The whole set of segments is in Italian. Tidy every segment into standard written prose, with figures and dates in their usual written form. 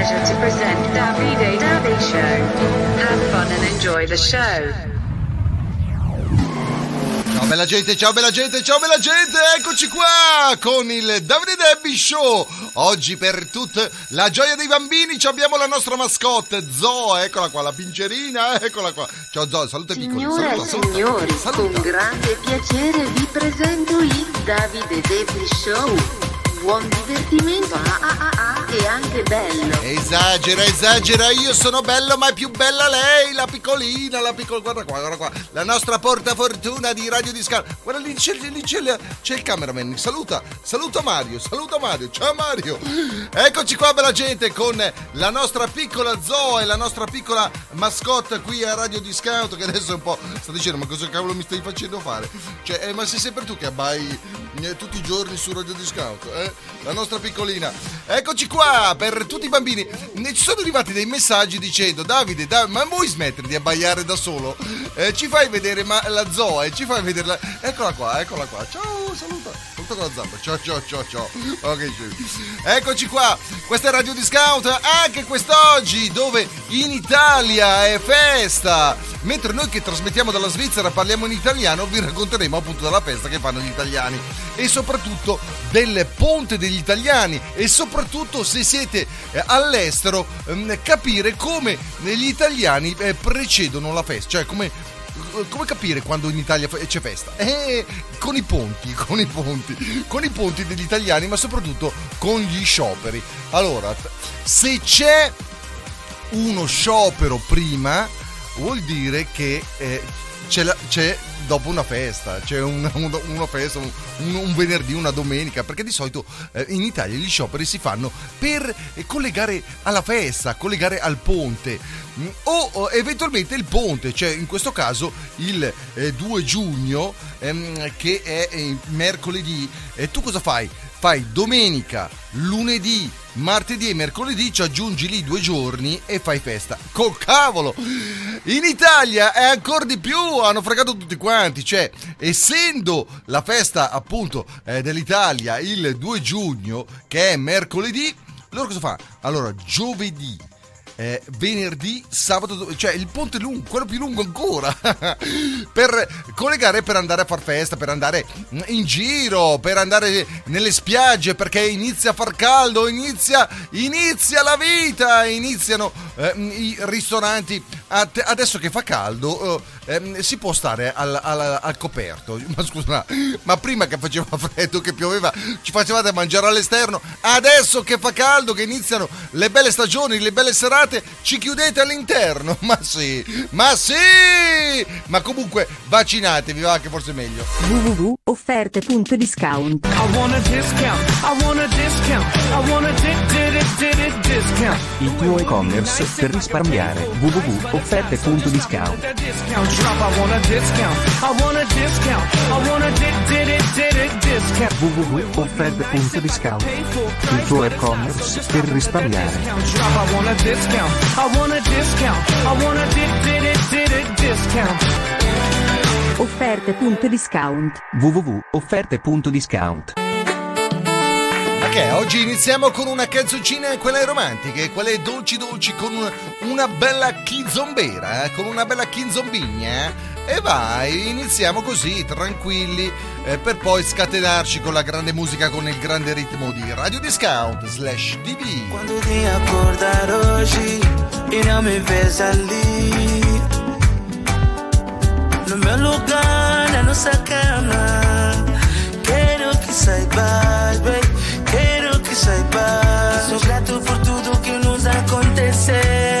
pleasure to present Davide Davide Show. Have fun and enjoy the show. Ciao bella gente, ciao bella gente, ciao bella gente, eccoci qua con il Davide Debbie Show. Oggi per tutta la gioia dei bambini abbiamo la nostra mascotte Zoe, eccola qua, la pincerina, eccola qua. Ciao Zoe, saluta i piccoli. Signore e signori, con grande piacere vi presento il Davide Debbie Show. Buon divertimento, e anche bello. Esagera, io sono bello ma è più bella lei, la piccolina, guarda qua, la nostra portafortuna di Radio Discount. Guarda lì c'è il cameraman, saluta Mario, ciao Mario. Eccoci qua bella gente con la nostra piccola Zoe, la nostra piccola mascotte qui a Radio Discount, che adesso è un po' sta dicendo ma cosa cavolo mi stai facendo fare? Cioè, ma sei sempre tu che abbai tutti i giorni su Radio Discount, La nostra piccolina. Eccoci qua per tutti i bambini. Ci sono arrivati dei messaggi dicendo Davide, ma vuoi smettere di abbaiare da solo? Ci fai vedere la Zoe, ci fai vedere eccola qua. Ciao, saluta con la zampa. Ciao. Ok, eccoci qua. Questa è Radio Discount anche quest'oggi, dove in Italia è festa. Mentre noi che trasmettiamo dalla Svizzera parliamo in italiano, vi racconteremo appunto della festa che fanno gli italiani e soprattutto del ponte degli italiani, e soprattutto se siete all'estero capire come gli italiani precedono la festa, cioè come capire quando in Italia c'è festa? Con i ponti degli italiani, ma soprattutto con gli scioperi. Allora, se c'è uno sciopero prima, vuol dire che c'è dopo una festa, c'è una festa, un venerdì, una domenica, perché di solito in Italia gli scioperi si fanno per collegare alla festa, collegare al ponte o eventualmente il ponte, cioè in questo caso il 2 giugno che è mercoledì. Tu cosa fai? Fai domenica, lunedì, martedì e mercoledì, ci aggiungi lì 2 giorni e fai festa. Col cavolo! In Italia è ancora di più, hanno fregato tutti quanti, cioè essendo la festa appunto dell'Italia il 2 giugno che è mercoledì, loro cosa fa? Allora giovedì, venerdì, sabato, cioè il ponte lungo, quello più lungo ancora per collegare, per andare a far festa, per andare in giro, per andare nelle spiagge, perché inizia a far caldo, inizia la vita, iniziano i ristoranti. Adesso che fa caldo si può stare al coperto, ma scusa, ma prima che faceva freddo, che pioveva, ci facevate mangiare all'esterno. Adesso che fa caldo, che iniziano le belle stagioni, le belle serate, ci chiudete all'interno. Ma sì, ma comunque vaccinatevi, va, che forse è meglio. www.offerte.discount. Il tuo e-commerce per risparmiare. www.offerte.discount. www.offerte.discount. Il tuo e-commerce per risparmiare. Offerte.discount. www.offerte.discount. Ok, oggi iniziamo con una canzoncina, quelle romantiche, quelle dolci, con una bella chizombera, con una bella chinzombigna. E vai, iniziamo così, tranquilli, per poi scatenarci con la grande musica, con il grande ritmo di Radio Discount /TV. Quando ti acordar hoje e não me ves ali, no meu lugar, na nossa cama, quero que saibas, baby, quero que saibas, sou grato por tudo que nos aconteceu.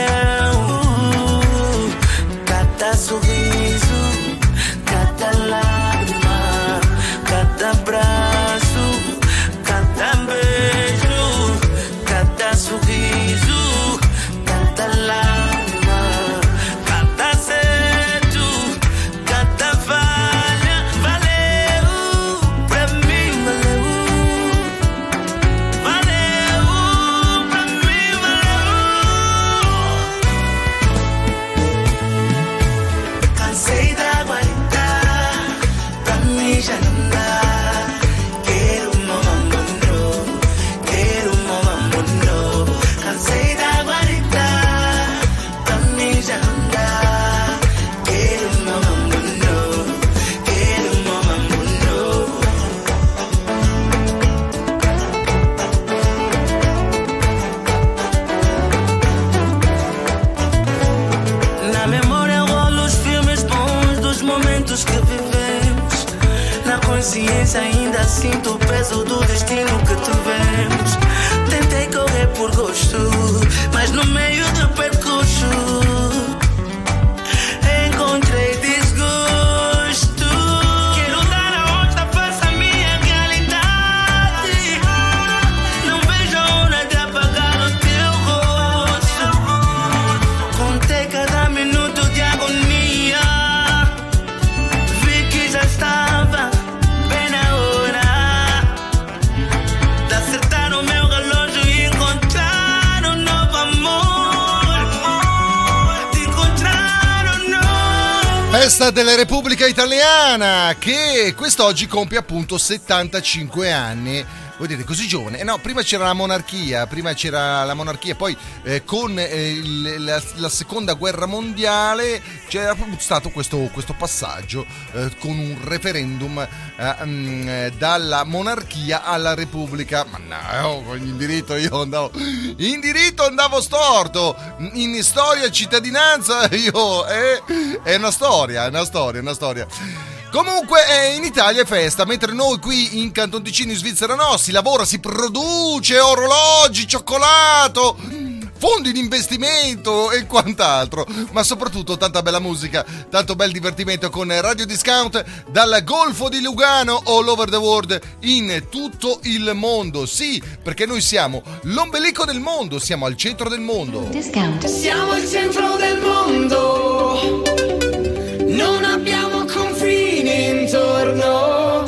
Cada sorriso, cada lágrima, cada abraço, cada beijo, cada sorriso, cada lágrima, cada acerto, cada falha valeu anos que vivemos. Na consciência ainda sinto o peso do destino que tivemos. Tentei correr por gosto, mas no meio do percurso encontrei desgosto. Quero dar a outra face à minha realidade. Não vejo a hora de apagar o teu rosto. Contei cada minuto de agonia. Vi que já estava bem na hora de acertar o meu relógio e encontrar um novo amor. De encontrar um novo. Festa della Repubblica Italiana che quest'oggi compie appunto 75 anni. Vuol dire così giovane? No, prima c'era la monarchia, poi con la seconda guerra mondiale c'era proprio stato questo passaggio con un referendum dalla monarchia alla repubblica. Ma no, in diritto io andavo storto, in storia cittadinanza io è una storia. Comunque in Italia è festa, mentre noi qui in Canton Ticino, in Svizzera no, si lavora, si produce orologi, cioccolato, fondi di investimento e quant'altro, ma soprattutto tanta bella musica, tanto bel divertimento con Radio Discount dal Golfo di Lugano all over the world, in tutto il mondo. Sì, perché noi siamo l'ombelico del mondo, siamo al centro del mondo. Discount. Siamo al centro del mondo, non abbiamo confini intorno.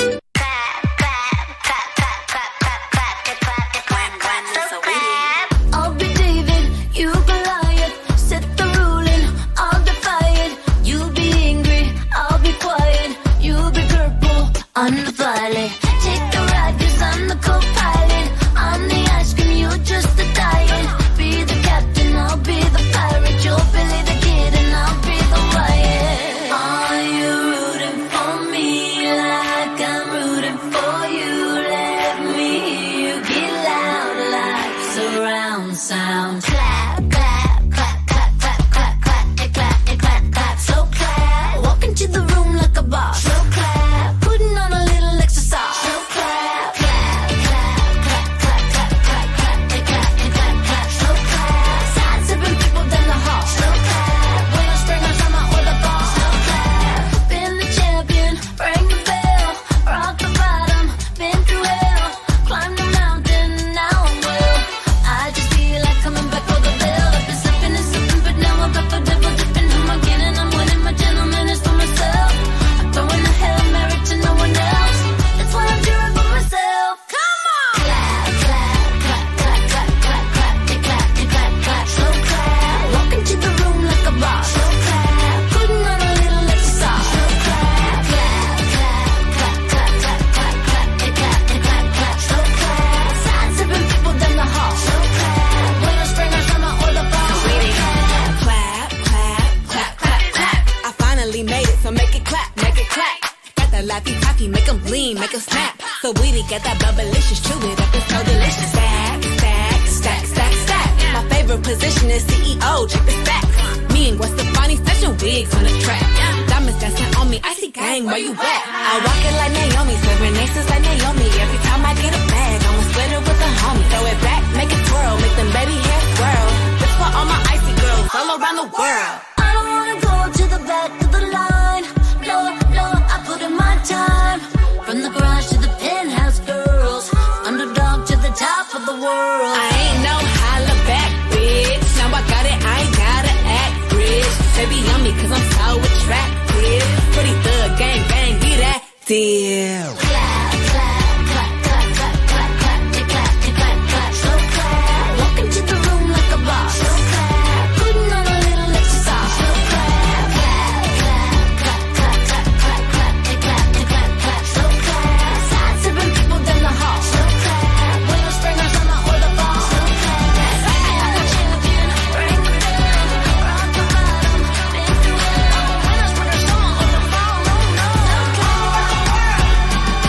I'll be David, you Goliath. Set the ruling, I'll defy it. You be angry, I'll be quiet. You be purple, I'm the violet. Take the ride, 'cause I'm the co-pilot. I'm the ice cream, you're just the diet. Be the captain, I'll be the pirate. You're Billy the Kid and I'll be the Wyatt. Are you rooting for me like I'm rooting for you? Let me hear you get loud like surround sound. Clap, clap, clap, clap, clap, clap, clap, and clap, and clap, clap. So clap. Walk into the room like a boss. So clap. Putting on a little extra sauce. So clap, clap, clap, clap, clap, clap, clap, clap, and clap, and clap, clap. So clap. Side-sipping people down the hall. So clap. Winter, spring, or summer, or the fall. So clap. Been the champion, ring the bell. Rock the bottom, been through hell. Climb the mountain, now I'm well. I just feel like coming back for the bell. I've been slipping and slipping, but now I'm back for double dipping. I'm again and I'm winning, my gentleman is for myself. I'm throwing a Hail Mary to no one else. That's why I'm cheering for myself. Come on! Clap, clap, clap, clap, clap, clap, clap, and clap, and clap, clap. So clap. Walk into the room like a boss. So clap. Putting on a little extra sauce. So clap, clap, clap, clap, clap, clap, clap, clap, and clap, and clap, clap. So clap. Side-sipping people down the hall. So clap. Winter, spring, or summer, or the fall. So clap. Clap, clap, clap, clap, clap. I finally made it, so make it clap, make it clap. Got that laffy-taffy, make 'em lean, make 'em snap. So weedy, got that bubblicious, chew it up, it's so delicious. Stack, stack, stack, stack, stack. My favorite position is CEO, check the stack. Me and What's the funny special wigs on the track. Diamonds dancing on me, icy gang, where you at? I rock it like Naomi, serving aces like Naomi. Every time I get a bag, I'ma split it with a homie. Throw it back, make it twirl, make them baby hair swirl. This for all my icy girls all around the world. I don't wanna go to the back of the line. No, no, I put in my time. From the garage to the penthouse, girls. Underdog to the top of the world. I ain't no holla back, bitch. Now I got it, I ain't gotta act rich. Baby on me, 'cause I'm so attractive. Pretty thug, gang, gang, get active. Clap, clap, clap, clap, clap, clap, clap, and clap, and clap, clap. So clap. Walk into the room like a boss. So clap. Putting on a little extra sauce. So clap, clap, clap, clap, clap, clap, clap, and clap, and clap, clap. So clap. Side-sipping people down the hall. So clap. Winter, spring, or summer, or the fall. So clap. I'm a champion, ring the bell. Rock the bottom, been through hell. Winter, spring, or summer, or the fall. No, no. So clap.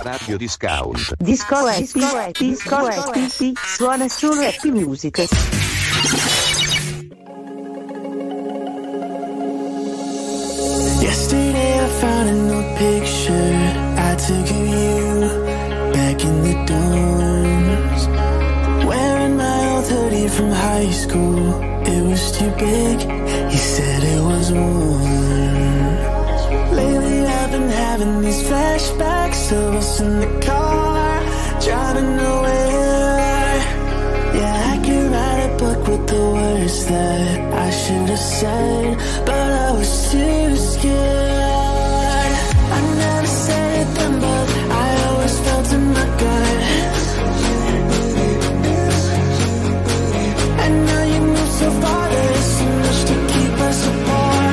Radio Discount. Disco Happy, suona solo Happy Music. Yesterday I found an old picture I took of you back in the dorms, wearing my old hoodie from high school. It was too big, he said it was warm. Lately I've been having these flashbacks of us in the car, driving nowhere. Yeah, I could write a book with the words that I should have said, but I was too scared. I never said them, but I always felt in my gut. And now you move so far, there's so much to keep us apart.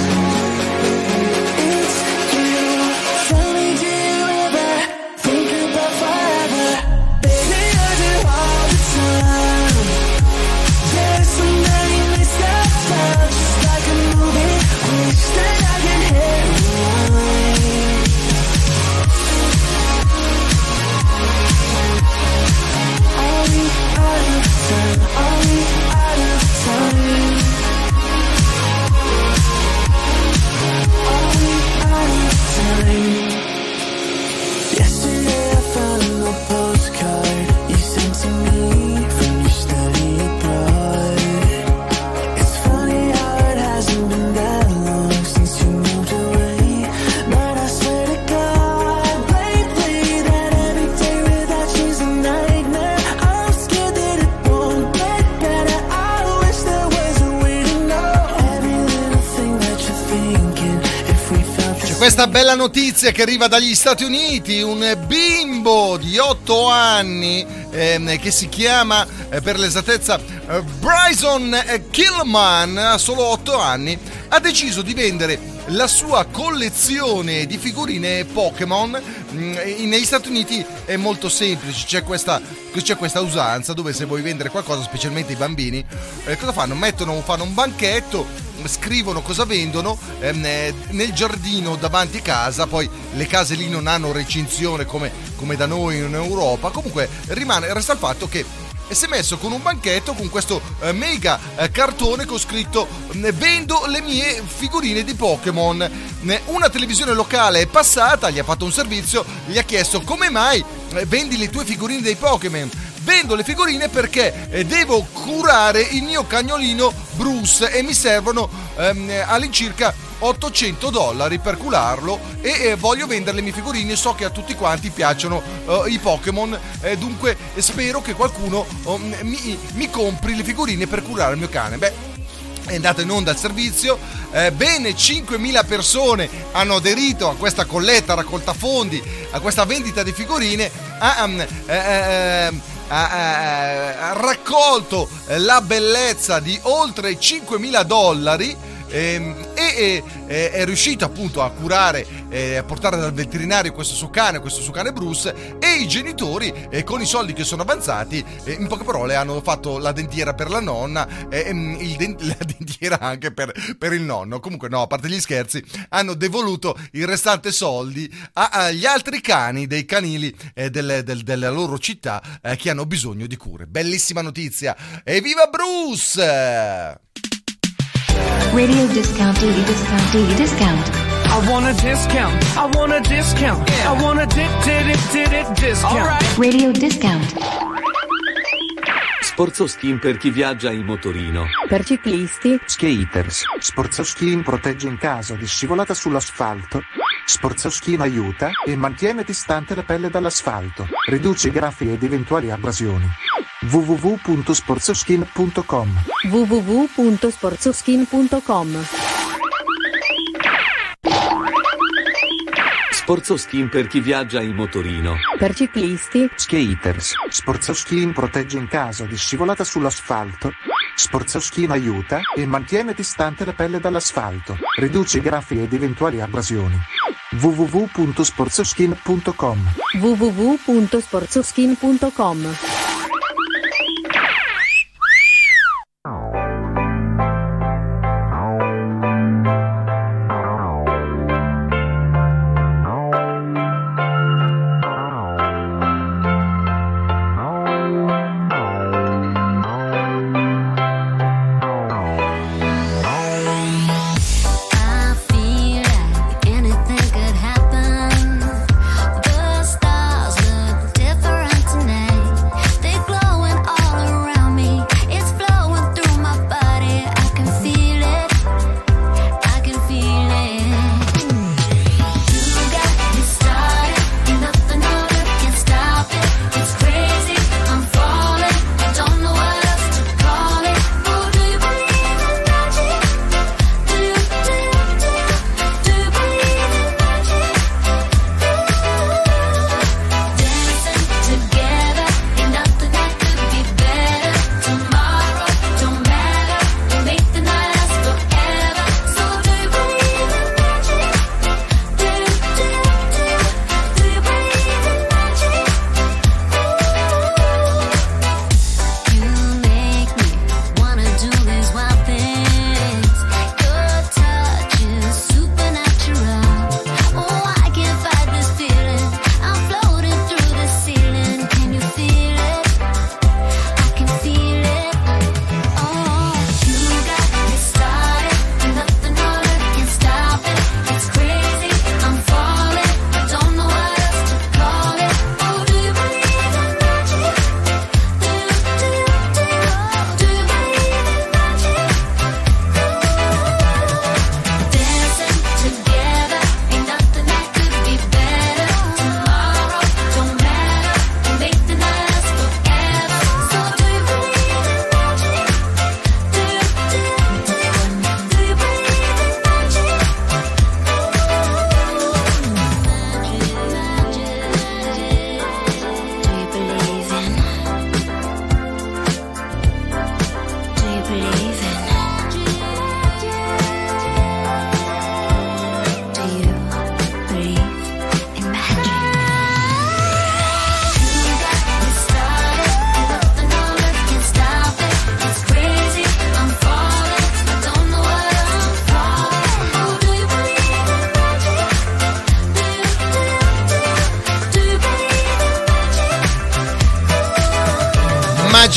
It's you. Tell me, do you ever think about forever? Baby, I do all the time. There's so many missed out, just like a movie. Wish that I could hit rewind. Are we out of time? Are we out of time? Are we out of time? Yesterday I found an old postcard you sent to me from your study abroad. It's funny how it hasn't been that long since you moved away, but I swear to God, lately that every day without you's a nightmare. I'm scared that it won't get better. I wish there was a way to know every little thing that you're thinking. If we felt the Questa bella notizia che arriva dagli Stati Uniti, un bimbo di 8 anni che si chiama per l'esattezza Bryson Killman, ha solo 8 anni, ha deciso di vendere la sua collezione di figurine Pokémon. Negli Stati Uniti è molto semplice, c'è questa usanza dove se vuoi vendere qualcosa, specialmente i bambini, cosa fanno? Fanno un banchetto, scrivono cosa vendono nel giardino davanti casa. Poi le case lì non hanno recinzione come da noi in Europa. Comunque resta il fatto che si è messo con un banchetto con questo mega cartone con scritto vendo le mie figurine di Pokémon. Una televisione locale è passata, gli ha fatto un servizio, gli ha chiesto come mai vendi le tue figurine dei Pokémon. Vendo le figurine perché devo curare il mio cagnolino Bruce e mi servono all'incirca $800 per curarlo e voglio vendere le mie figurine. So che a tutti quanti piacciono i Pokémon, dunque spero che qualcuno mi compri le figurine per curare il mio cane. Beh, è andato in onda il servizio, bene 5.000 persone hanno aderito a questa colletta raccolta fondi, a questa vendita di figurine. Ha raccolto la bellezza di oltre $5.000 e è riuscito appunto a curare, a portare dal veterinario questo suo cane Bruce, e i genitori con i soldi che sono avanzati, in poche parole, hanno fatto la dentiera per la nonna e la dentiera anche per il nonno. Comunque no, a parte gli scherzi, hanno devoluto il restante soldi agli altri cani dei canili della loro città che hanno bisogno di cure. Bellissima notizia, e viva Bruce! Radio discount, discount. I want a discount. I want a discount. I want a discount. All right. Radio discount. Sportsoskin per chi viaggia in motorino. Per ciclisti. Skaters. Sportsoskin protegge in caso di scivolata sull'asfalto. Sportsoskin aiuta e mantiene distante la pelle dall'asfalto. Riduce graffi ed eventuali abrasioni. www.sportsoskin.com. www.sportsoskin.com. Sportsoskin per chi viaggia in motorino. Per ciclisti. Skaters. Sportsoskin protegge in caso di scivolata sull'asfalto. Sportsoskin aiuta e mantiene distante la pelle dall'asfalto. Riduce graffi ed eventuali abrasioni. www.sportsoskin.com. www.sportsoskin.com.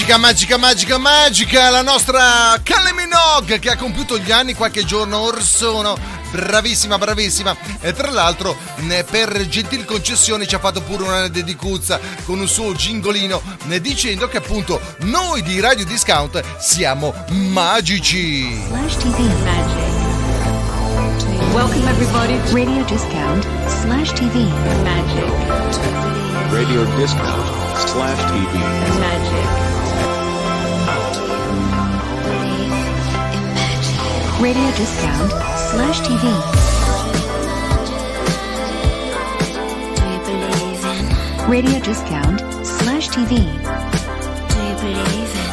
Magica, la nostra Kylie Minogue che ha compiuto gli anni qualche giorno or sono. Bravissima. E tra l'altro per gentil concessione ci ha fatto pure una dedicuzza con un suo gingolino dicendo che appunto noi di Radio Discount siamo magici. Slash TV Magic. Welcome everybody. Radio Discount Slash TV Magic. Radio Discount Slash TV Magic. Radio Discount Slash TV Radio Discount Slash TV. Do you believe in?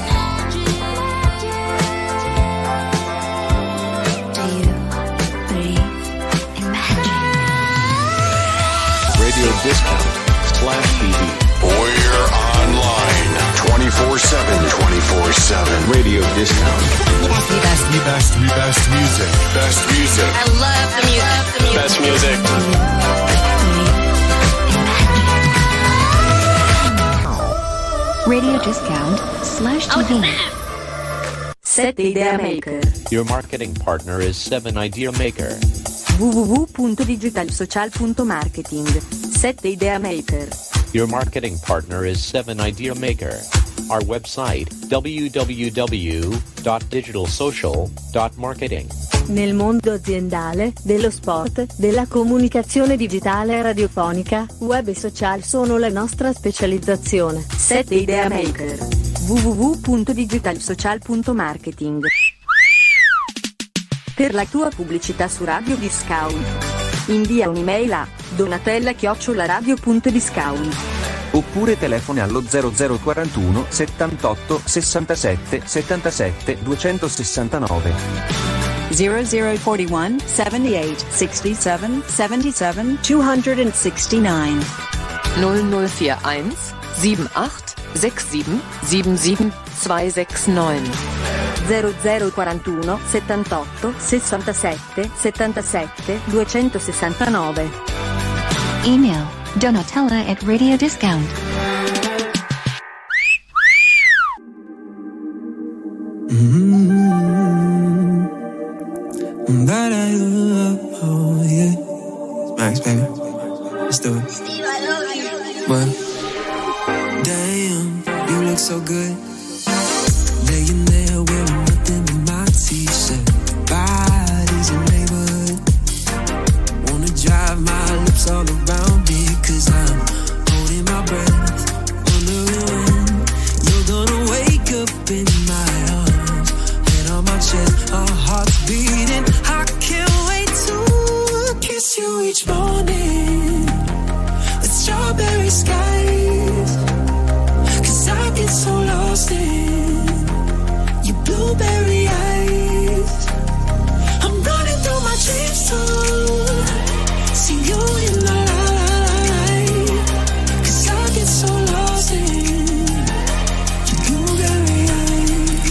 Do you believe in magic? Radio Discount Slash TV. We're online 24/7. Radio Discount. Best music. I love the music. Best music. Radio Discount Slash TV. 7 Idea Maker. Your marketing partner is 7 Idea Maker. www.digitalsocial.marketing. 7 Idea Maker. Your marketing partner is 7 Idea Maker. Our website www.digitalsocial.marketing. Nel mondo aziendale, dello sport, della comunicazione digitale e radiofonica, web e social sono la nostra specializzazione. 7 Idea Maker. www.digitalsocial.marketing. Per la tua pubblicità su Radio Discount, invia un'email a donatella@radio.discount. Oppure telefoni allo 0041 78 67 77 269. 0041 78 67 77 269. 0041 78 67 77 269. 0041 78 67 77 269. Email Donatella@radiodiscount. Oh yeah, Max, baby, let's do it. What? Damn, you look so good. Laying there wearing nothing but my t-shirt. Bodies in neighborhood. Wanna drive my lips all around it, 'cause I'm holding my breath, wondering when you're gonna wake up in my arms, head on my chest, our hearts beating. I can't wait to kiss you each morning with strawberry skies, 'cause I get so lost in your blueberry eyes. I'm running through my dreams to see you in the light, 'cause I get so lost in your blueberry eyes.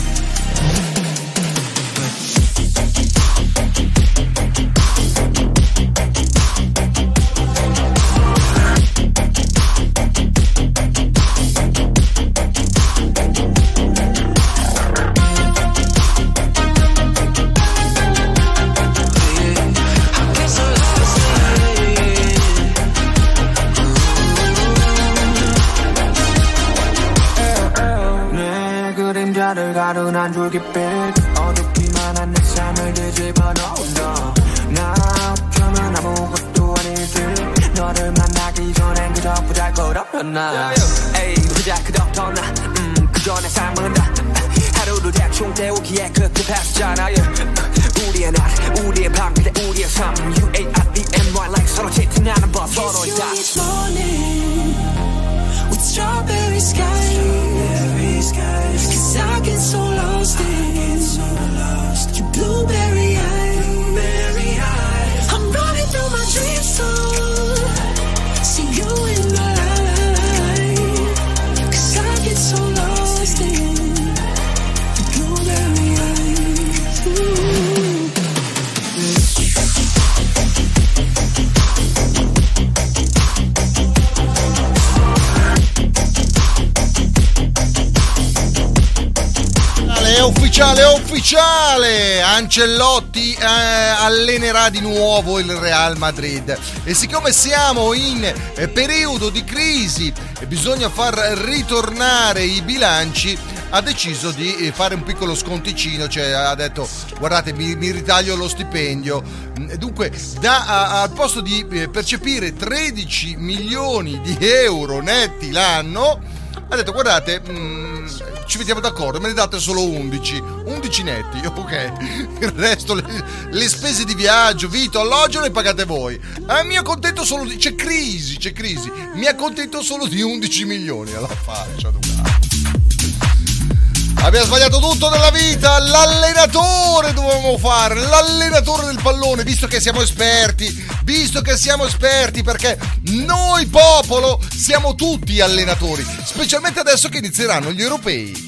가도 난 줄깃빛 어둡기만 한 내 삶을 뒤집어 놓는다. 나 켜면 아무것도 아닐 듯 너를 만나기 전엔 그저 보잘것없던 나. 에이 보잘것없던 나 그저 내 삶은 다 하루를 대충 때우기에 급급했잖아. 우리의 날 우리의 밤 그대 우리의 삶 UARENY like 서로 채팅하는 법 서로의 다. Kiss you each morning with strawberry skies, 'cause I get so lost in your blueberry eyes. I'm running through my dreams to see you in the light, 'cause I get so lost in your blueberry eyes. ufficiale! Ancelotti allenerà di nuovo il Real Madrid. E siccome siamo in periodo di crisi e bisogna far ritornare i bilanci, ha deciso di fare un piccolo sconticino, cioè ha detto: guardate, mi ritaglio lo stipendio. Dunque, al posto di percepire 13 milioni di euro netti l'anno, ha detto: guardate, ci mettiamo d'accordo, me ne date solo 11 netti, ok, il resto, le spese di viaggio, vitto, alloggio le pagate voi. Mi accontento solo di, c'è crisi, mi accontento solo di 11 milioni alla faccia. Abbiamo sbagliato tutto nella vita. L'allenatore dovevamo fare, l'allenatore del pallone, visto che siamo esperti, perché noi popolo siamo tutti allenatori, specialmente adesso che inizieranno gli europei.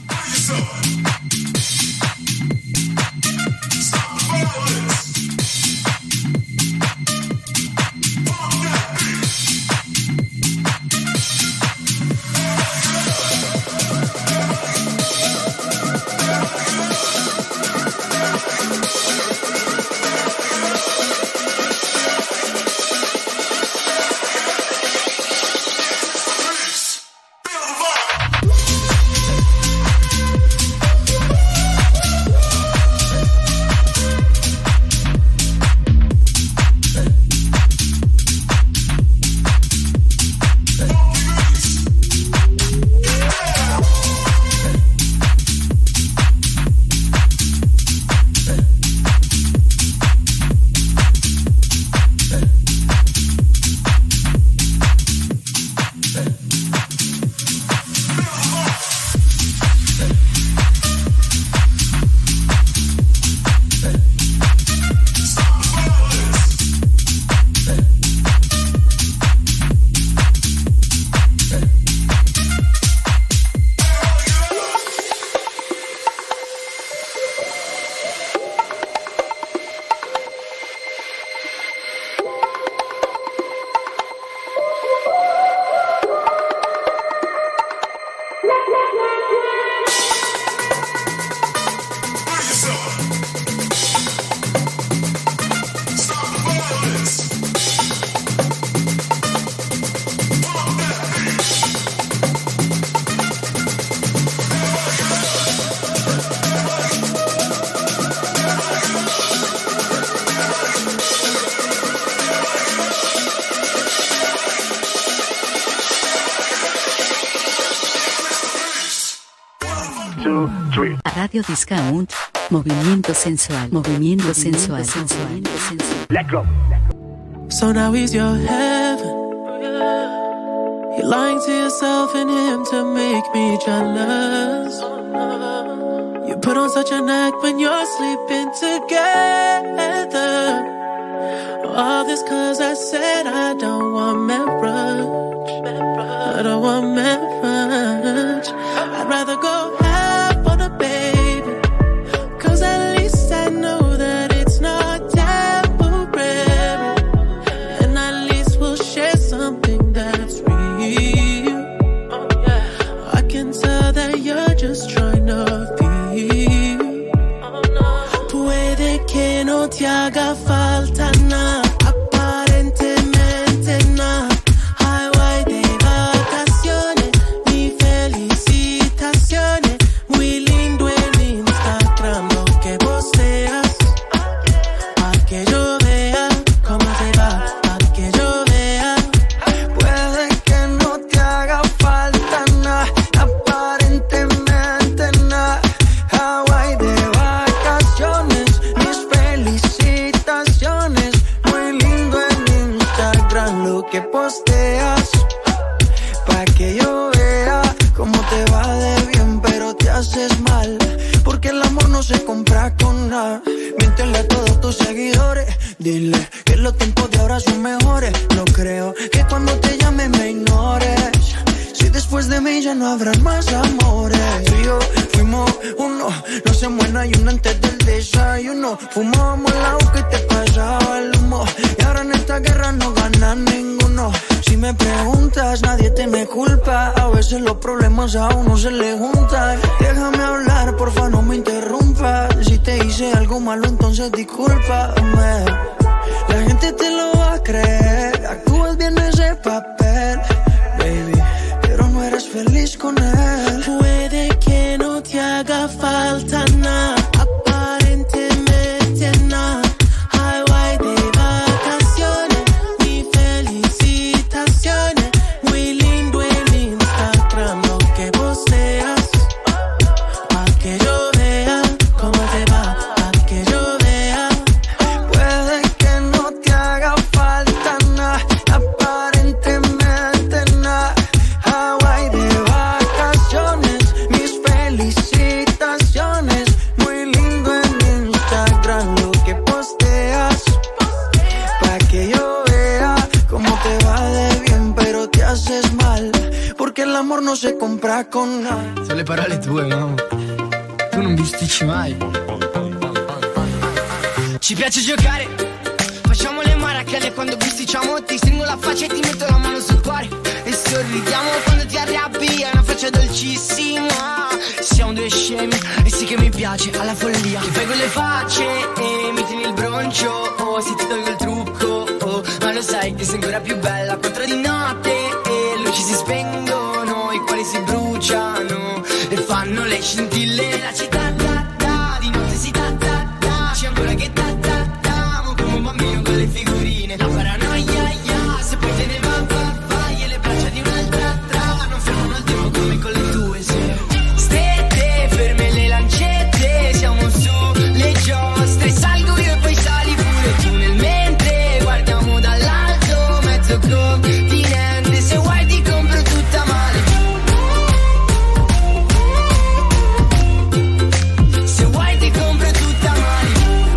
Radio Discount, movimiento sensual. Let go. So now he's your heaven. You're lying to yourself and him to make me jealous. You put on such an act when you're sleeping together. All this 'cause I said I don't want marriage. I don't want marriage. I'd rather go half on a baby, 'cause at least I know that it's not temporary, and at least we'll share something that's real. I can tell that you're just trying to feel. Puede que no te haga falta nada. Miéntele a todos tus seguidores, dile que los tiempos de ahora son mejores. No creo que cuando te llame me ignores. Si después de mí ya no habrán más amores. Tú y yo fuimos uno, no se muera y uno antes del desayuno. Fumábamos el agua que te pasaba el humo, y ahora en esta guerra no gana ninguno. Si me preguntas, nadie te me culpa. A veces veces los problemas a uno se le juntan. Déjame hablar, porfa, no me interrumpas. Si te hice algo malo, entonces discúlpame. La gente te lo va a creer, actúas bien ese papel, baby, pero no eres feliz con él. Puede que no te haga falta nada, aparentemente nada. Highway de vacaciones, mi felicitaciones. Muy lindo el Instagram, lo que posteas, pa' que yo vea cómo te va, pa' que yo vea. Puede que no te haga falta nada, aparentemente nada. Hawaii de vacaciones, mis felicitaciones. Muy lindo en Instagram lo que posteas, pa' que yo vea cómo te va de bien, pero te haces mal, porque el amor no se compra con nada. Sono le parole tue, no? Tu non bisticci mai. Ci piace giocare, facciamo le maracale quando bisticciamo. Ti stringo la faccia e ti metto la mano sul cuore e sorridiamo quando ti arrabbi. Hai una faccia dolcissima, siamo due scemi e sì che mi piace alla follia. Che fai con le facce e mi tieni il broncio, oh, se ti tolgo il trucco, oh, ma lo sai che sei ancora più bella a 4 di notte e luci si spengono, i cuori si bruciano e fanno le scintille. La città di notte si c'è ancora che come un bambino con le figurine. La paranoia, se poi te ne va, e le braccia di un'altra non fermano il tempo come con le tue, stette ferme le lancette, siamo su le giostre, salgo io e poi sali pure tu nel mentre guardiamo dall'alto mezzo continente. Se vuoi ti compro tutta male, se vuoi ti compro tutta male.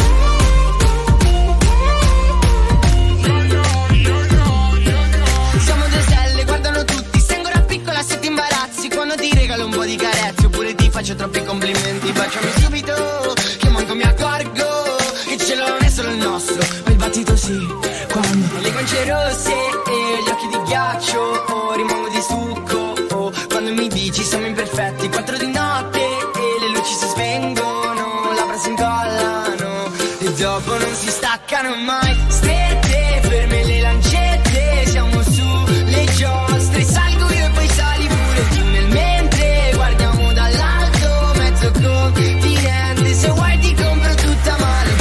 Siamo due stelle, guardano tutti, sei ancora piccola se ti imbarazzi quando ti regalo un po' di carezze oppure ti faccio troppi complimenti. Baciami subito che manco mi accorgo che il cielo non è solo il nostro, ma il battito sì, quando le guance rosse e gli occhi di ghiaccio, oh, rimango di succo, oh, quando mi dici siamo imperfetti. 4 di notte e le luci si spengono, labbra si incollano e dopo non si staccano mai. Strette ferme le lancette, siamo su le giostre, salgo io e poi sali pure tu nel mentre guardiamo dall'alto mezzo continente. Se vuoi ti compro tutta male,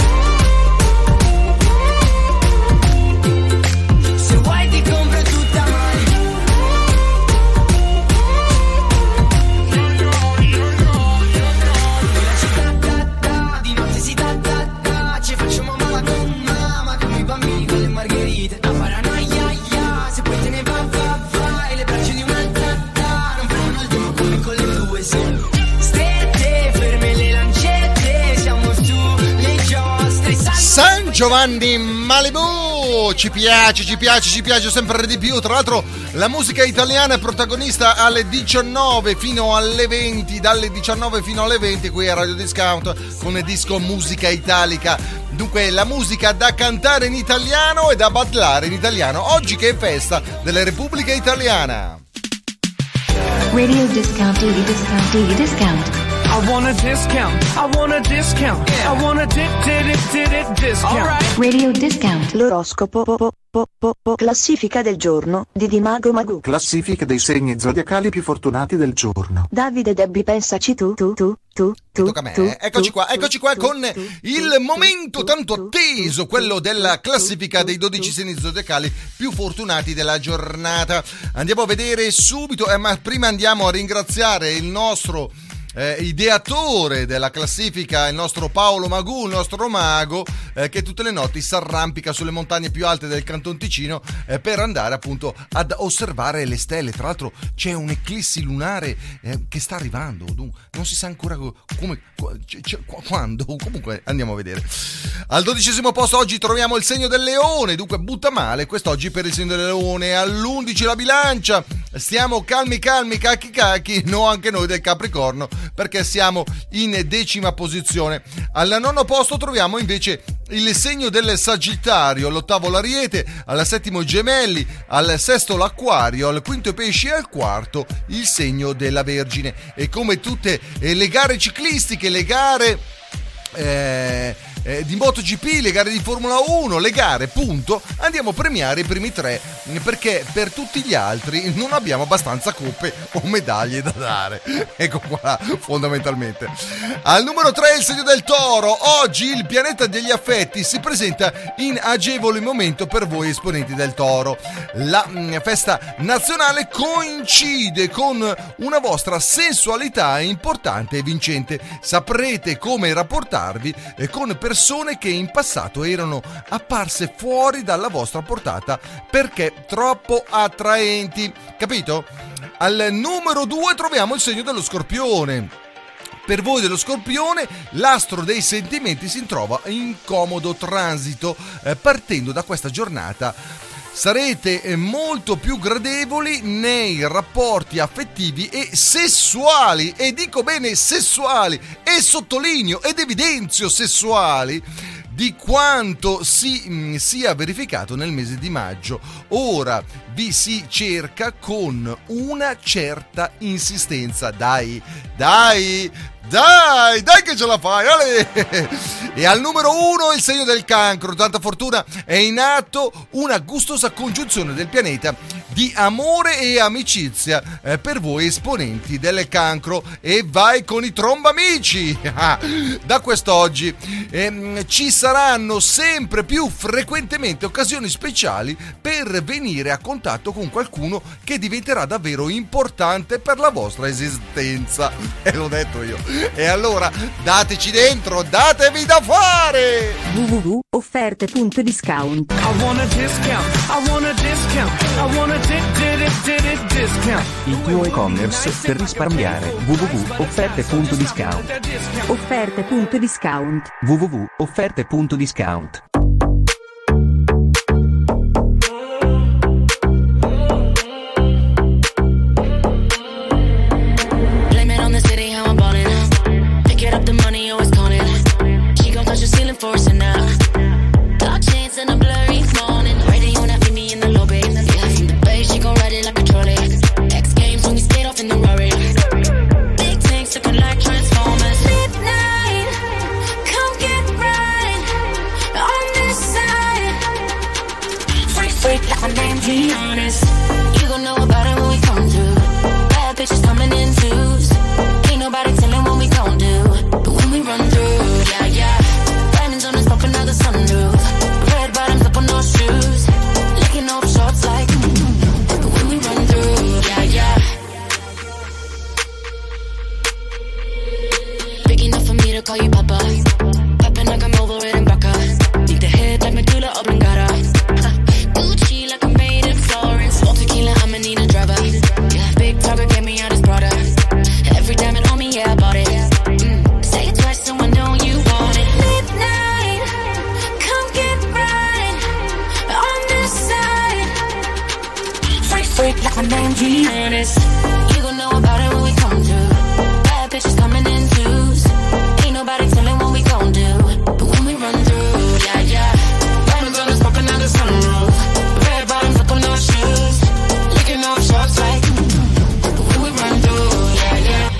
se vuoi ti compro tutta male. La città di notte si ci facciamo mamma con mamma come i bambini con le margherite. La paranoia, se poi te ne va, e le braccia di un'altra non fermano il tempo come con le tue, strette ferme le lancette, siamo su le giostre. San Giovanni Malibu, ci piace sempre di più. Tra l'altro la musica italiana è protagonista alle 19 fino alle 20, dalle 19 fino alle 20 qui a Radio Discount con il disco Musica Italica. Dunque la musica da cantare in italiano e da ballare in italiano, oggi che è festa della Repubblica Italiana. Radio Discount, discount. I want a discount. I want a discount. I want a discount. Alright. Radio Discount. L'oroscopo classifica del giorno di Dimago Magù. Classifica dei segni zodiacali più fortunati del giorno. Davide Debbie, pensaci tu. Tocca a me. Eccoci qua con il momento tanto atteso, quello della classifica dei 12 segni zodiacali più fortunati della giornata. Andiamo a vedere subito, ma prima andiamo a ringraziare il nostro ideatore della classifica, il nostro Paolo Magù, il nostro mago, che tutte le notti si arrampica sulle montagne più alte del Canton Ticino per andare appunto ad osservare le stelle. Tra l'altro c'è un'eclissi lunare che sta arrivando, non si sa ancora come, quando, comunque andiamo a vedere. Al 12° posto oggi troviamo il segno del leone, dunque butta male quest'oggi per il segno del leone. All'11 la bilancia, stiamo calmi, cacchi, no anche noi del Capricorno, perché siamo in 10ª posizione. Al 9° posto troviamo invece il segno del Sagittario, all'8° l'Ariete, al 7° i Gemelli, al 6° l'Acquario, al 5° i Pesci e al 4° il segno della Vergine. E come tutte le gare ciclistiche, le gare di MotoGP, le gare di Formula 1, le gare punto, andiamo a premiare i primi 3, perché per tutti gli altri non abbiamo abbastanza coppe o medaglie da dare. Ecco qua, fondamentalmente. Al numero 3 il segno del Toro. Oggi il pianeta degli affetti si presenta in agevole momento per voi esponenti del Toro. La festa nazionale coincide con una vostra sensualità importante e vincente. Saprete come rapportarvi con persone che in passato erano apparse fuori dalla vostra portata perché troppo attraenti, capito? Al numero 2 troviamo il segno dello Scorpione. Per voi dello Scorpione l'astro dei sentimenti si trova in comodo transito. Partendo da questa giornata sarete molto più gradevoli nei rapporti affettivi e sessuali, e dico bene sessuali, e sottolineo ed evidenzio sessuali, di quanto sia verificato nel mese di maggio. Ora vi si cerca con una certa insistenza. Dai che ce la fai, ale! E al numero 1 il segno del Cancro. Tanta fortuna, è in atto una gustosa congiunzione del pianeta di amore e amicizia per voi esponenti del Cancro. E vai con i trombamici! Da quest'oggi ci saranno sempre più frequentemente occasioni speciali per venire a contatto con qualcuno che diventerà davvero importante per la vostra esistenza. E l'ho detto io. E allora dateci dentro, datevi da fare! www.offerte.discount. I want a discount, I want a discount, I want a discount. Il tuo e-commerce per risparmiare. www.offerte.discount. Offerte.discount. www.offerte.discount. Forcing now, dark chains and a blurry morning. Ready when I see me in the lobby. Yeah, from the bay she gon' ride it like a trolley. X Games when we skate off in the Rari. Big tanks looking like Transformers. Midnight, come get right on this side. Freak like my name Giannis. You gon' know about it when we come through. Bad bitches coming in twos. Ain't nobody telling what we gon' do, but when we run through, yeah, yeah. On us popping out the sunroof. Red bottoms up on no shoes. Licking off shorts like but when we run through, yeah, yeah. Big enough for me to call you Papa. Popping like I'm over it in Baca. Need the head like medulla oblongata. Gucci like I'm made in Florence. All tequila, I'ma need a driver. Yeah, big target, get me out his Prada. Every diamond on me, yeah, I bought it. Say it twice, so I know you want it. Midnight. Freak like my name Giannis. You gon' know about it when we come through. Bad bitches coming in twos. Ain't nobody telling what we gon' do, but when we run through, yeah, yeah. Diamonds on us popping out the sunroof. Red bottoms up on no shoes. Licking off shorts like but when we run through, yeah, yeah.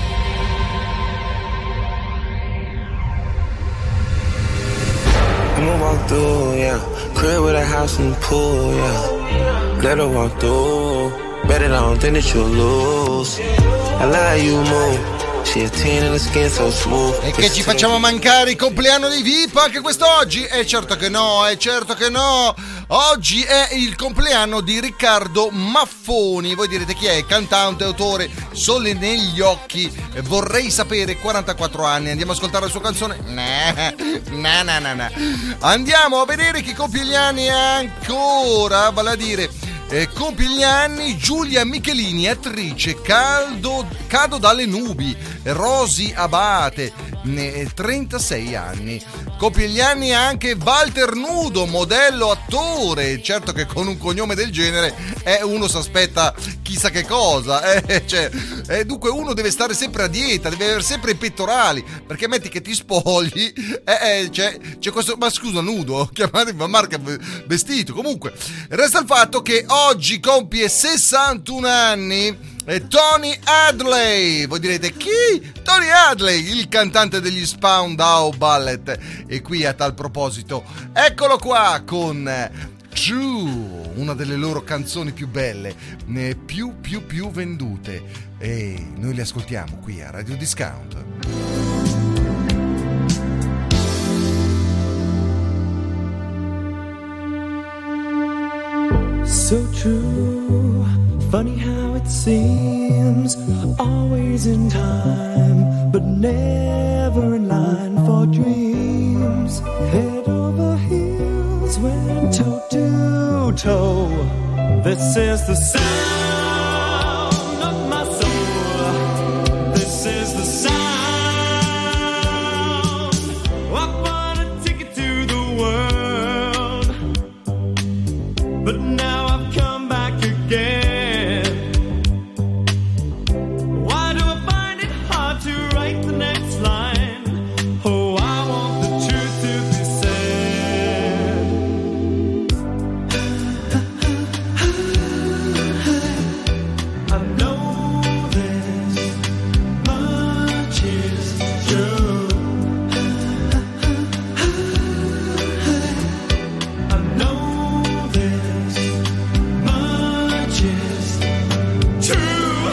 I'ma walk through, yeah. Crib with a house and pool, yeah. Let her walk through. Bet it, I don't think that you'll lose. I like you move. She a 10 and the skin so smooth. E che ci facciamo mancare il compleanno di VIP anche quest'oggi? Certo che no, certo che no. Oggi è il compleanno di Riccardo Maffoni. Voi direte chi è? Cantante, autore, Sole negli occhi. Vorrei sapere, 44 anni. Andiamo a ascoltare la sua canzone? No. Andiamo a vedere chi compie gli anni ancora, vale a dire compie gli anni Giulia Michelini, attrice, Cado dalle nubi, Rosi Abate, 36 anni. Compie gli anni anche Walter Nudo, modello, attore. Certo che con un cognome del genere uno si aspetta chissà che cosa, dunque uno deve stare sempre a dieta, deve avere sempre i pettorali, perché metti che ti spogli, c'è questo, ma scusa, nudo, chiamate marca vestito. Comunque resta il fatto che oggi compie 61 anni Tony Hadley. Voi direte chi? Tony Hadley, il cantante degli Spandau Ballet. E qui a tal proposito eccolo qua con True, una delle loro canzoni più belle, più vendute, e noi le ascoltiamo qui a Radio Discount. So true, funny how it seems, always in time, but never in line for dreams. Head over heels, went toe to toe. This is the sound of my soul. This is the sound. I bought a ticket to the world, but now I've come back again. Why do I find it hard to write the next line? Oh, I want the truth to be said. I know this much is true. I know this much is true.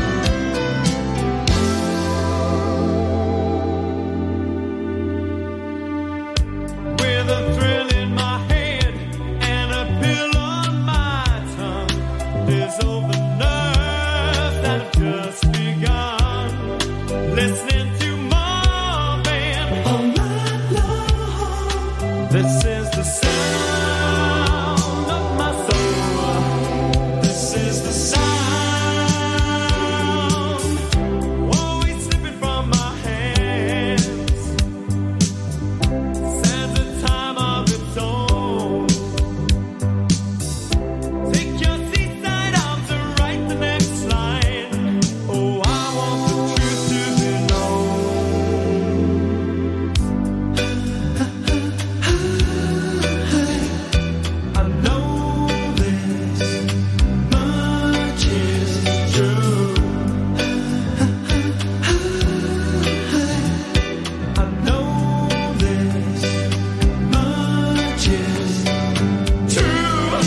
With a thrill in my head and a pill on my tongue, there's all the nerves that have just begun. Listening to Marvin all night long. This is the sound of my soul. This is the sound, always slipping from my hands. Stands a time of its own. Take your seaside arms and write the next line. Oh, I want the truth to be known. I know this much is true. I know this much is true.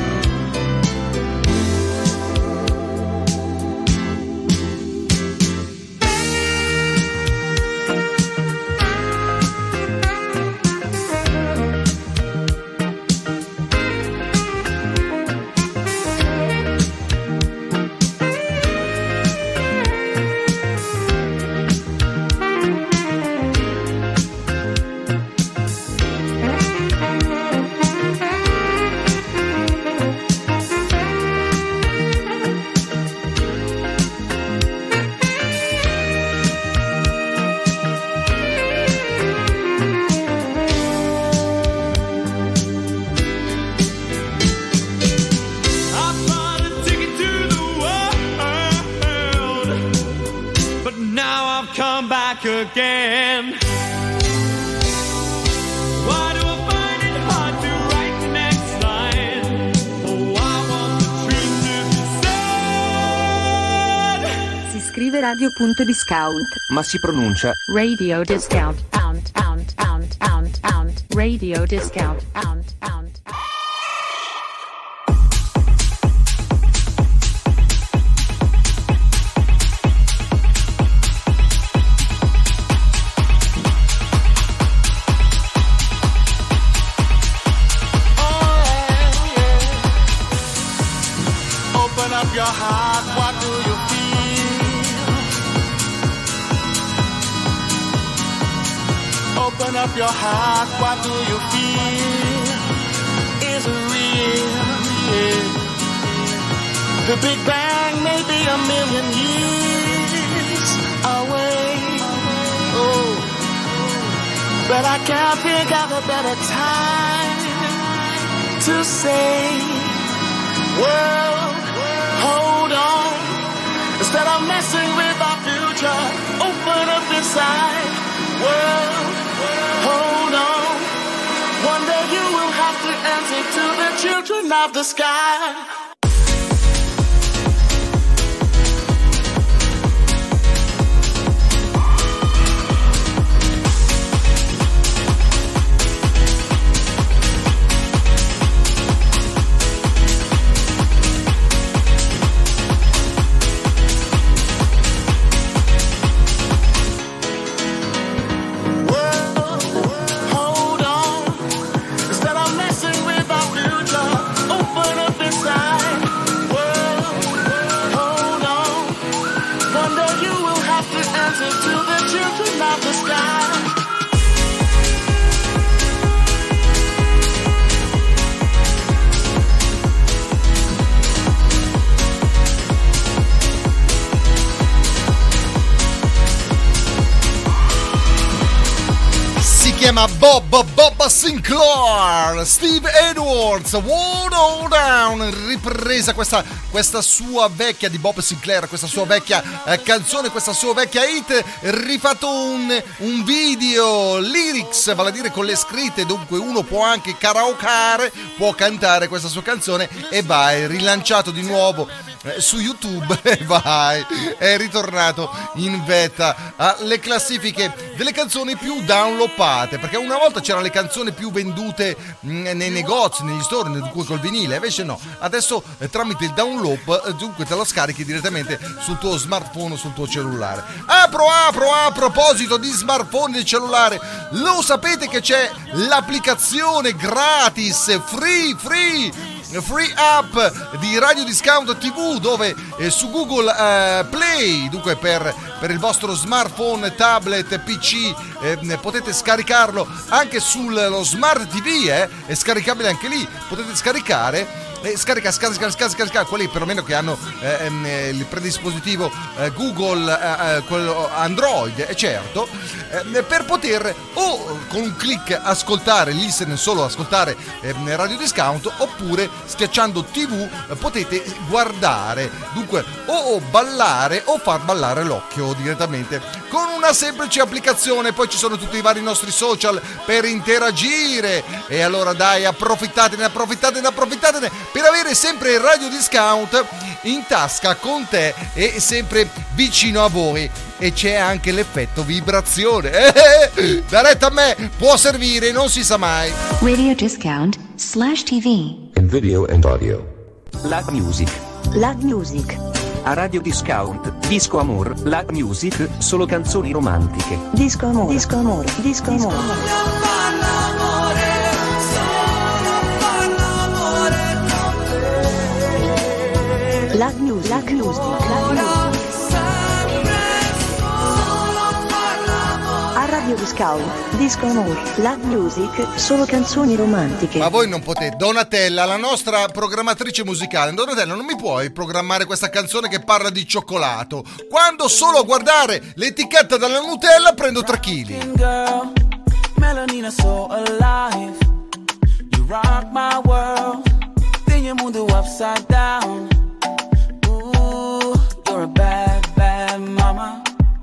I bought a ticket to the world, but now I've come back again. Why do I find it hard to write the next line? Oh, I want the truth to be said. Si scrive radio.discount, ma si pronuncia Radio Discount. Radio Discount. Open up your heart, what do you feel? Open up your heart, what do you feel? Is it real? Yeah. The Big Bang may be a million years away. Oh, but I can't think of a better time to say, world, hold on. Instead of messing with our future, open up inside. World, hold on. One day you will have to answer to the children of the sky. chiama Bob Sinclair, Steve Edwards, Wall Down, ripresa questa sua vecchia di Bob Sinclair, questa sua vecchia canzone, questa sua vecchia hit, rifatto un video, lyrics, vale a dire con le scritte, dunque uno può anche karaokeare, può cantare questa sua canzone e vai, rilanciato di nuovo su YouTube e vai, è ritornato in vetta alle classifiche delle canzoni più downloadate, perché una volta c'erano le canzoni più vendute nei negozi, negli store, dunque col vinile, invece no, adesso tramite il download dunque te lo scarichi direttamente sul tuo smartphone o sul tuo cellulare. A proposito di smartphone e di cellulare, lo sapete che c'è l'applicazione gratis free app di Radio Discount TV, dove su Google Play, dunque per il vostro smartphone, tablet, PC, potete scaricarlo anche sullo Smart TV, è scaricabile anche lì, potete scaricare. Scarica quelli perlomeno che hanno il predispositivo Google, quello Android, certo, per poter o con un click ascoltare, listen, solo ascoltare Radio Discount, oppure schiacciando TV potete guardare, dunque o ballare o far ballare l'occhio direttamente con una semplice applicazione. Poi ci sono tutti i vari nostri social per interagire, e allora dai, approfittatene per avere sempre Radio Discount in tasca con te e sempre vicino a voi. E c'è anche l'effetto vibrazione, da retta a me può servire, non si sa mai. Radio Discount /TV In video and audio. Lag Music. A Radio Discount, Disco Amor, Lag Music, solo canzoni romantiche. Disco amor. Lag Music. A Radio Discount, Disco Amor, Lag Music, solo canzoni romantiche. Ma voi non potete, Donatella, la nostra programmatrice musicale, Donatella, non mi puoi programmare questa canzone che parla di cioccolato, quando solo a guardare l'etichetta della Nutella prendo 3 kg. Girl, Melanina so alive. You rock my world. Then you move upside down. Ooh, you're a bad, bad mama.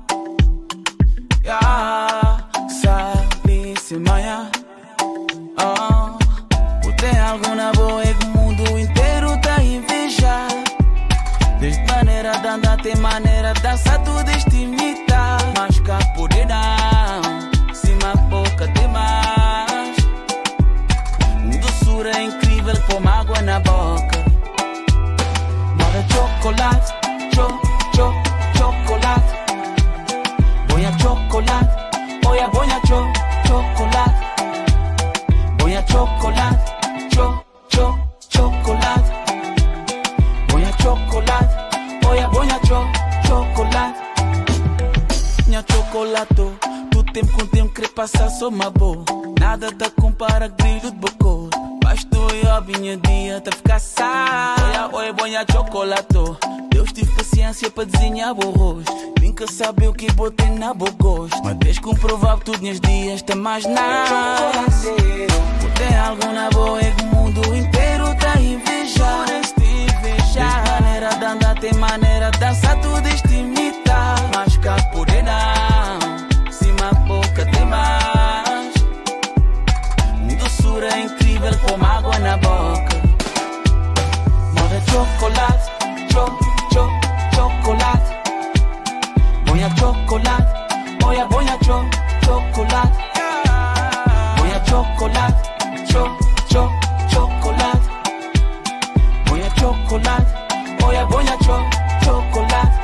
Yeah, salíssima, yeah. Oh, tem alguma boa que o mundo inteiro tá a invejar. Desde maneira de andar, tem maneira de dançar, tudo estimita. Mas cá poder não, cima boca demais. Doçura incrível, com água na boca. Bora chocolate, chocolate. Boia chocolate, boia chocolate. Boia chocolate, chocolate. Boia chocolate, boia chocolate. Minha chocolato, tu tempo com tempo querer passar só uma boa. Nada te compara grilho de bocô. Basta eu minha dia te ficar sai. Oia, boia, boia, chocolato. Deus tive paciência para desenhar o rosto. Nunca sabe o que botei na boa gosto. Mas desde que comprovar todos os dias tem mais nada. Tem algo na boa é que o mundo inteiro tá a invejar. Desde maneira de andar tem maneira de dançar, tudo este imitar. Mas cá por aí não, cima a boca tem mais. Doçura incrível como água na boca. Moda chocolate, chocolate. Boia chocolate, boia, boia chocolate. Boia chocolate, chocolate. Boia chocolate, boia, boia chocolate.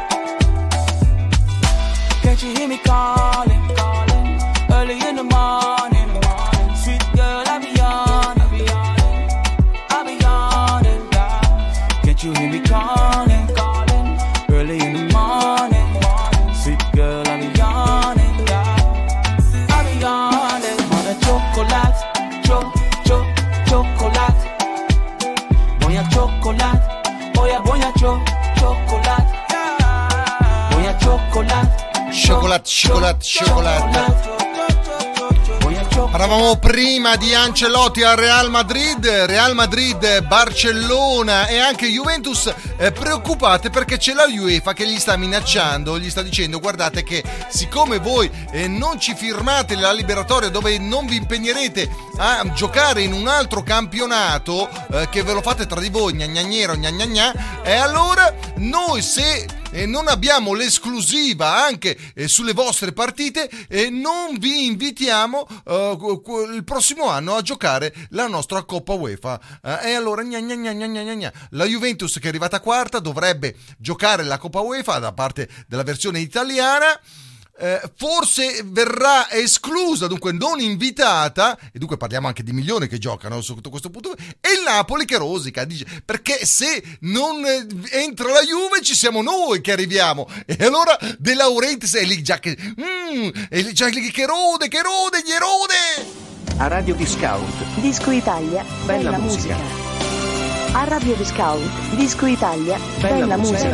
Can't you hear me calling, early in the morning? Sweet girl, I'll be on it, I'll be on it. Can't you hear me calling, early in the morning? Sweet girl, I'll be on it, I'll be on it. Moda chocolate, chocolate. Boia chocolate, boia, boia chocolate. Boia chocolate, chocolate. Parlavamo prima di Ancelotti al Real Madrid, Barcellona e anche Juventus preoccupate perché c'è la UEFA che gli sta minacciando, gli sta dicendo: guardate che siccome voi non ci firmate la liberatoria dove non vi impegnerete a giocare in un altro campionato, che ve lo fate tra di voi, gnagnaniero, gnagnagna, e allora noi se non abbiamo l'esclusiva anche sulle vostre partite non vi invitiamo il prossimo anno a giocare la nostra Coppa UEFA. E allora la Juventus, che è arrivata quarta, dovrebbe giocare la Coppa UEFA da parte della versione italiana. Forse verrà esclusa, dunque non invitata, e dunque parliamo anche di milioni che giocano sotto questo punto, e il Napoli che rosica, dice: perché se non entra la Juve ci siamo noi che arriviamo, e allora De Laurentiis è lì già che rode, gli erode. A Radio Discount Disco Italia, bella musica. A Radio Discount Disco Italia, bella musica.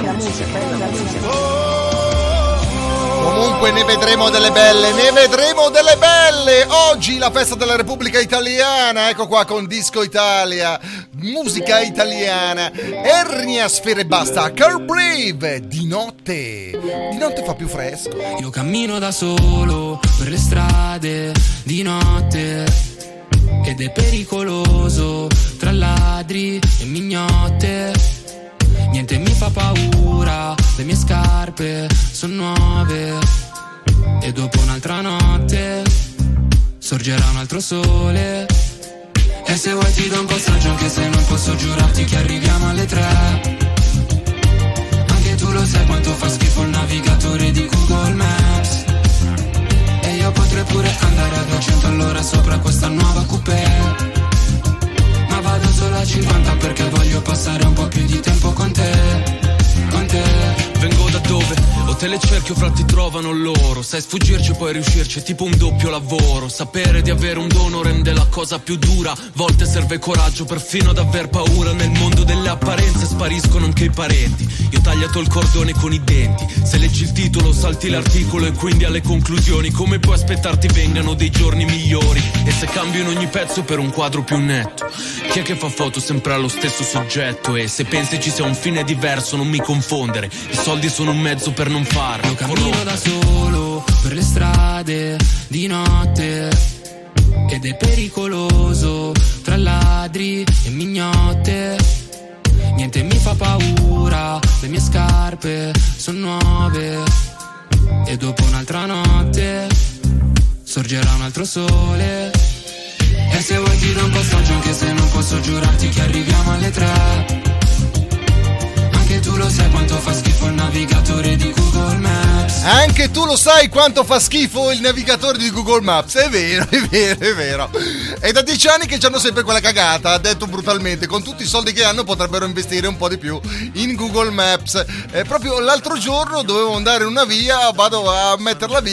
Comunque ne vedremo delle belle. Oggi la festa della Repubblica Italiana, ecco qua con Disco Italia, musica italiana. Ernia Sfere e Basta, Carl Brave, di notte fa più fresco. Io cammino da solo per le strade di notte ed è pericoloso tra ladri e mignotte. Niente mi fa paura, le mie scarpe sono nuove e dopo un'altra notte sorgerà un altro sole. E se vuoi ti do un passaggio anche se non posso giurarti che arriviamo alle 3. Anche tu lo sai quanto fa schifo il navigatore di Google Maps. E io potrei pure andare a 200 all'ora sopra questa nuova coupé, ma vado solo a 50 perché voglio passare un po' più di tempo con te. Vengo da dove? O te le cerchi o fra ti trovano loro. Sai sfuggirci e poi riuscirci è tipo un doppio lavoro. Sapere di avere un dono rende la cosa più dura. Volte serve coraggio perfino ad aver paura. Nel mondo delle apparenze spariscono anche i parenti. Io ho tagliato il cordone con i denti. Se leggi il titolo salti l'articolo e quindi alle conclusioni. Come puoi aspettarti vengano dei giorni migliori? E se cambio in ogni pezzo per un quadro più netto? Chi è che fa foto sempre allo stesso soggetto? E se pensi ci sia un fine diverso non mi confondere. I soldi sono un mezzo per non farlo. Io cammino da solo per le strade di notte ed è pericoloso tra ladri e mignotte. Niente mi fa paura, le mie scarpe sono nuove e dopo un'altra notte sorgerà un altro sole. E se vuoi ti do un passaggio anche se non posso giurarti che arriviamo alle 3. Anche tu lo sai quanto fa schifo il navigatore di Google Maps. Anche tu lo sai quanto fa schifo il navigatore di Google Maps. È vero. È da 10 anni che c'hanno sempre quella cagata, detto brutalmente. Con tutti i soldi che hanno potrebbero investire un po' di più in Google Maps. Proprio l'altro giorno dovevo andare in una via, vado a metterla via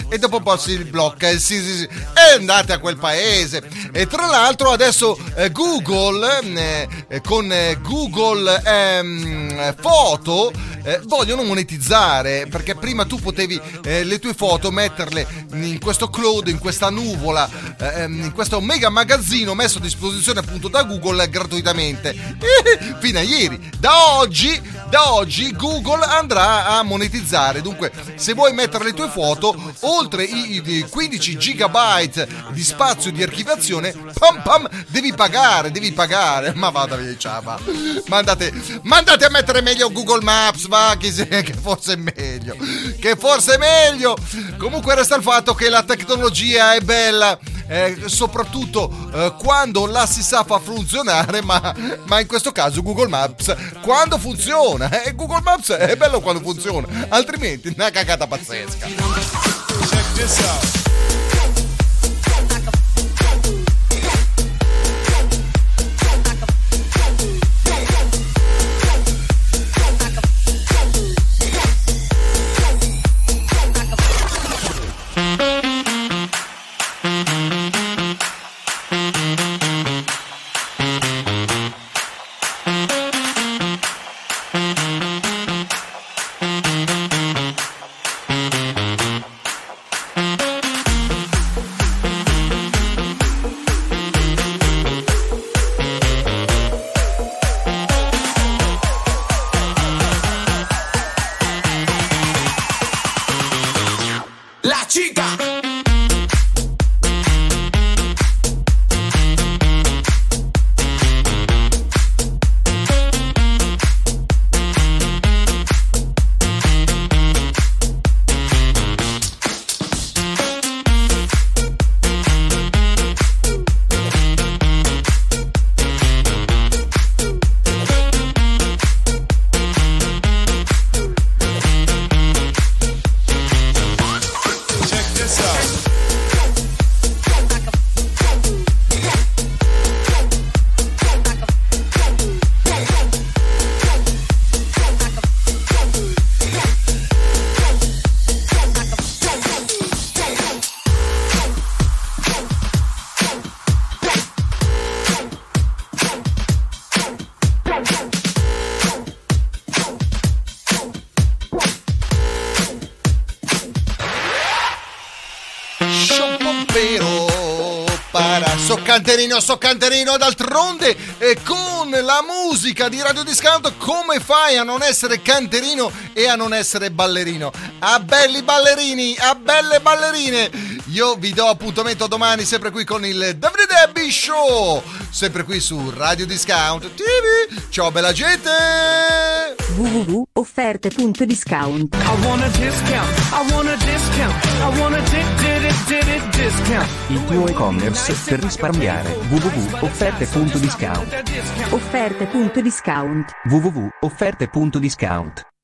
e dopo poi si blocca, sì, e andate a quel paese. E tra l'altro adesso Google con Google Foto vogliono monetizzare, perché prima tu potevi le tue foto metterle in questo cloud, in questa nuvola, in questo mega magazzino messo a disposizione appunto da Google gratuitamente fino a ieri. Da oggi Google andrà a monetizzare, dunque se vuoi mettere le tue foto oltre i 15 gigabyte di spazio di archiviazione, devi pagare, ma vada via, ciao, ma andate a mettere meglio Google Maps, va, che forse è meglio. Comunque resta il fatto che la tecnologia è bella, soprattutto quando la si sa fa funzionare, ma in questo caso Google Maps quando funziona, Google Maps è bello quando funziona, altrimenti è una cagata pazzesca. Check this out. So canterino, d'altronde con la musica di Radio Discount come fai a non essere canterino e a non essere ballerino? A belli ballerini, a belle ballerine, io vi do appuntamento domani sempre qui con il Davide Debbie Show, sempre qui su Radio Discount TV. Ciao bella gente. www.offerte.discount. I want a discount, I want a discount, I want a discount. Il tuo e-commerce per risparmiare. www.offerte.discount. Offerte.discount. www.offerte.discount.